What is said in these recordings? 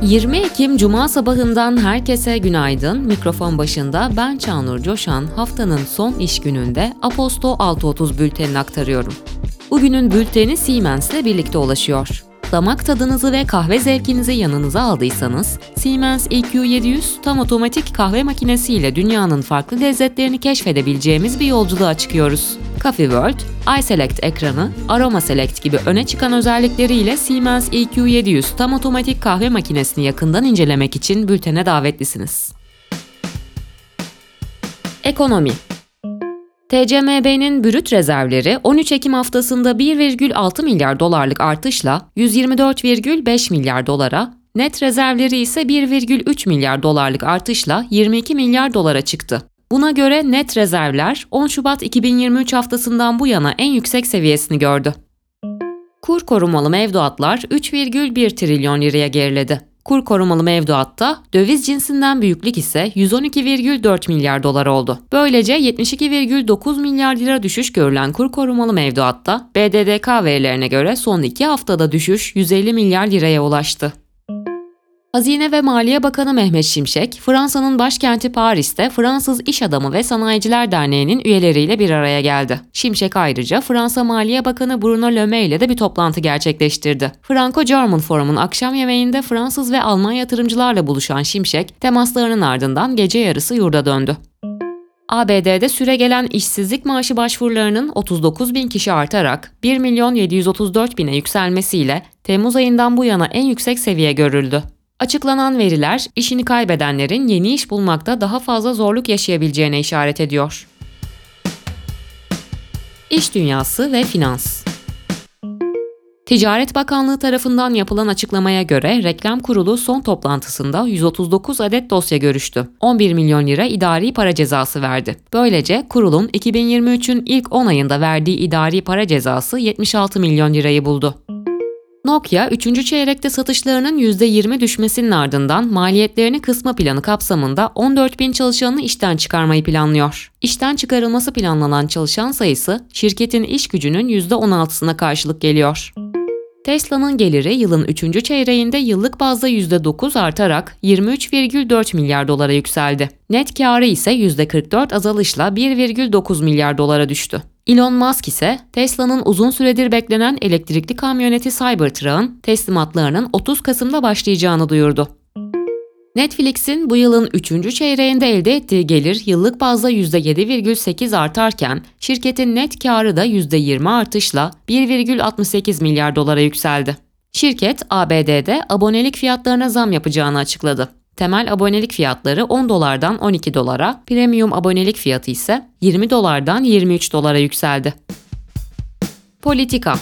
20 Ekim Cuma sabahından herkese günaydın. Mikrofon başında ben Çağnur Coşan, haftanın son iş gününde Aposto 6.30 bültenini aktarıyorum. Bugünün bülteni Siemens'le birlikte ulaşıyor. Damak tadınızı ve kahve zevkinizi yanınıza aldıysanız, Siemens EQ700 tam otomatik kahve makinesiyle dünyanın farklı lezzetlerini keşfedebileceğimiz bir yolculuğa çıkıyoruz. Coffee World, iSelect ekranı, Aroma Select gibi öne çıkan özellikleriyle Siemens EQ700 tam otomatik kahve makinesini yakından incelemek için bültene davetlisiniz. Ekonomi. TCMB'nin brüt rezervleri 13 Ekim haftasında 1,6 milyar dolarlık artışla 124,5 milyar dolara, net rezervleri ise 1,3 milyar dolarlık artışla 22 milyar dolara çıktı. Buna göre net rezervler 10 Şubat 2023 haftasından bu yana en yüksek seviyesini gördü. Kur korumalı mevduatlar 3,1 trilyon liraya geriledi. Kur korumalı mevduatta döviz cinsinden büyüklük ise 112,4 milyar dolar oldu. Böylece 72,9 milyar lira düşüş görülen kur korumalı mevduatta BDDK verilerine göre son 2 haftada düşüş 150 milyar liraya ulaştı. Hazine ve Maliye Bakanı Mehmet Şimşek, Fransa'nın başkenti Paris'te Fransız İş Adamı ve Sanayiciler Derneği'nin üyeleriyle bir araya geldi. Şimşek ayrıca Fransa Maliye Bakanı Bruno Le Maire ile de bir toplantı gerçekleştirdi. Franco-German Forum'un akşam yemeğinde Fransız ve Alman yatırımcılarla buluşan Şimşek, temaslarının ardından gece yarısı yurda döndü. ABD'de süregelen işsizlik maaşı başvurularının 39 bin kişi artarak 1.734.000'e yükselmesiyle Temmuz ayından bu yana en yüksek seviye görüldü. Açıklanan veriler, işini kaybedenlerin yeni iş bulmakta daha fazla zorluk yaşayabileceğine işaret ediyor. İş dünyası ve finans. Ticaret Bakanlığı tarafından yapılan açıklamaya göre Reklam Kurulu son toplantısında 139 adet dosya görüştü. 11 milyon lira idari para cezası verdi. Böylece kurulun 2023'ün ilk 10 ayında verdiği idari para cezası 76 milyon lirayı buldu. Nokia, 3. çeyrekte satışlarının %20 düşmesinin ardından maliyetlerini kısma planı kapsamında 14 bin çalışanını işten çıkarmayı planlıyor. İşten çıkarılması planlanan çalışan sayısı şirketin iş gücünün %16'sına karşılık geliyor. Tesla'nın geliri yılın 3. çeyreğinde yıllık bazda %9 artarak 23,4 milyar dolara yükseldi. Net karı ise %44 azalışla 1,9 milyar dolara düştü. Elon Musk ise Tesla'nın uzun süredir beklenen elektrikli kamyoneti Cybertruck'ın teslimatlarının 30 Kasım'da başlayacağını duyurdu. Netflix'in bu yılın 3. çeyreğinde elde ettiği gelir yıllık bazda %7,8 artarken şirketin net karı da %20 artışla 1,68 milyar dolara yükseldi. Şirket ABD'de abonelik fiyatlarına zam yapacağını açıkladı. Temel abonelik fiyatları 10 dolardan 12 dolara, premium abonelik fiyatı ise 20 dolardan 23 dolara yükseldi. Politika.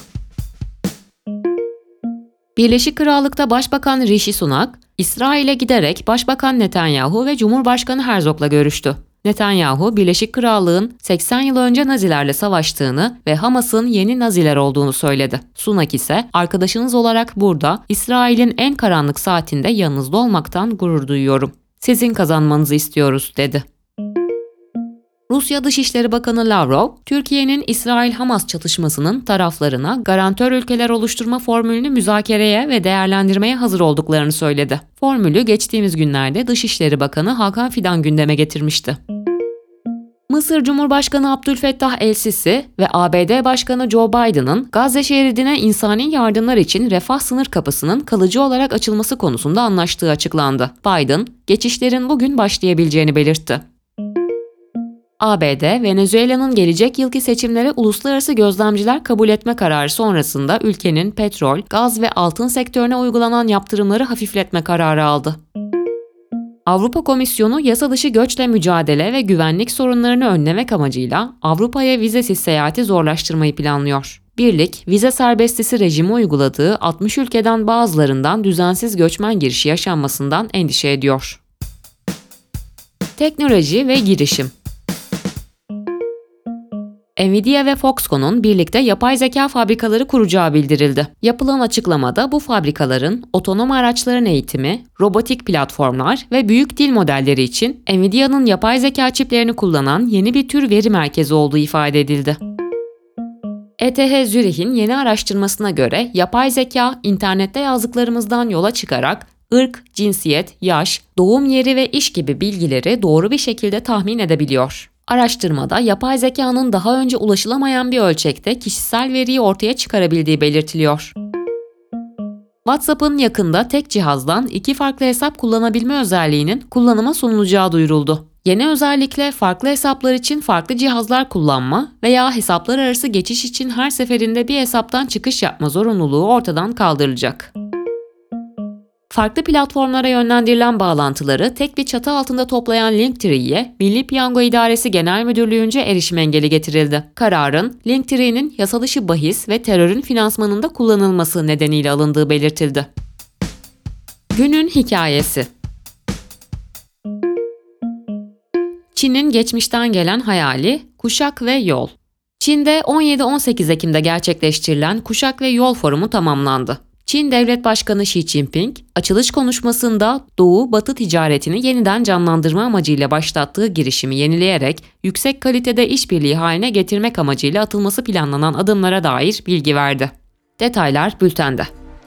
Birleşik Krallık'ta Başbakan Rishi Sunak, İsrail'e giderek Başbakan Netanyahu ve Cumhurbaşkanı Herzog'la görüştü. Netanyahu, Birleşik Krallık'ın 80 yıl önce Nazilerle savaştığını ve Hamas'ın yeni Naziler olduğunu söyledi. Sunak ise, arkadaşınız olarak burada, İsrail'in en karanlık saatinde yanınızda olmaktan gurur duyuyorum. Sizin kazanmanızı istiyoruz, dedi. Rusya Dışişleri Bakanı Lavrov, Türkiye'nin İsrail-Hamas çatışmasının taraflarına garantör ülkeler oluşturma formülünü müzakereye ve değerlendirmeye hazır olduklarını söyledi. Formülü geçtiğimiz günlerde Dışişleri Bakanı Hakan Fidan gündeme getirmişti. Mısır Cumhurbaşkanı Abdülfettah el-Sisi ve ABD Başkanı Joe Biden'ın Gazze şeridine insani yardımlar için refah sınır kapısının kalıcı olarak açılması konusunda anlaştığı açıklandı. Biden, geçişlerin bugün başlayabileceğini belirtti. ABD, Venezuela'nın gelecek yılki seçimlere uluslararası gözlemciler kabul etme kararı sonrasında ülkenin petrol, gaz ve altın sektörüne uygulanan yaptırımları hafifletme kararı aldı. Avrupa Komisyonu yasa dışı göçle mücadele ve güvenlik sorunlarını önlemek amacıyla Avrupa'ya vizesiz seyahati zorlaştırmayı planlıyor. Birlik, vize serbestisi rejimi uyguladığı 60 ülkeden bazılarından düzensiz göçmen girişi yaşanmasından endişe ediyor. Teknoloji ve girişim. Nvidia ve Foxconn'un birlikte yapay zeka fabrikaları kuracağı bildirildi. Yapılan açıklamada bu fabrikaların otonom araçların eğitimi, robotik platformlar ve büyük dil modelleri için Nvidia'nın yapay zeka çiplerini kullanan yeni bir tür veri merkezi olduğu ifade edildi. ETH Zürih'in yeni araştırmasına göre yapay zeka, internette yazdıklarımızdan yola çıkarak ırk, cinsiyet, yaş, doğum yeri ve iş gibi bilgileri doğru bir şekilde tahmin edebiliyor. Araştırmada yapay zekanın daha önce ulaşılamayan bir ölçekte kişisel veriyi ortaya çıkarabildiği belirtiliyor. WhatsApp'ın yakında tek cihazdan 2 farklı hesap kullanabilme özelliğinin kullanıma sunulacağı duyuruldu. Yeni özellikle farklı hesaplar için farklı cihazlar kullanma veya hesaplar arası geçiş için her seferinde bir hesaptan çıkış yapma zorunluluğu ortadan kaldırılacak. Farklı platformlara yönlendirilen bağlantıları tek bir çatı altında toplayan Linktree'ye Milli Piyango İdaresi Genel Müdürlüğü'nce erişim engeli getirildi. Kararın Linktree'nin yasa dışı bahis ve terörün finansmanında kullanılması nedeniyle alındığı belirtildi. Günün hikayesi. Çin'in geçmişten gelen hayali, kuşak ve yol. Çin'de 17-18 Ekim'de gerçekleştirilen Kuşak ve Yol Forumu tamamlandı. Çin Devlet Başkanı Xi Jinping, açılış konuşmasında Doğu-Batı ticaretini yeniden canlandırma amacıyla başlattığı girişimi yenileyerek yüksek kalitede işbirliği haline getirmek amacıyla atılması planlanan adımlara dair bilgi verdi. Detaylar bültende.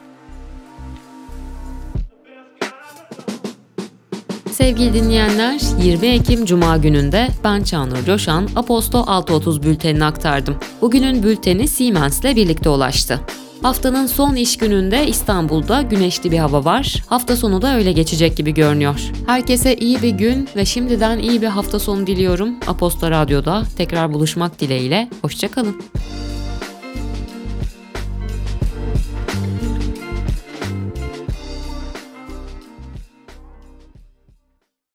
Sevgili dinleyenler, 20 Ekim Cuma gününde ben Çağnur Coşan, Aposto 6.30 bültenini aktardım. Bugünün bülteni Siemens'le birlikte ulaştı. Haftanın son iş gününde İstanbul'da güneşli bir hava var. Hafta sonu da öyle geçecek gibi görünüyor. Herkese iyi bir gün ve şimdiden iyi bir hafta sonu diliyorum. Aposto Radyo'da tekrar buluşmak dileğiyle. Hoşça kalın.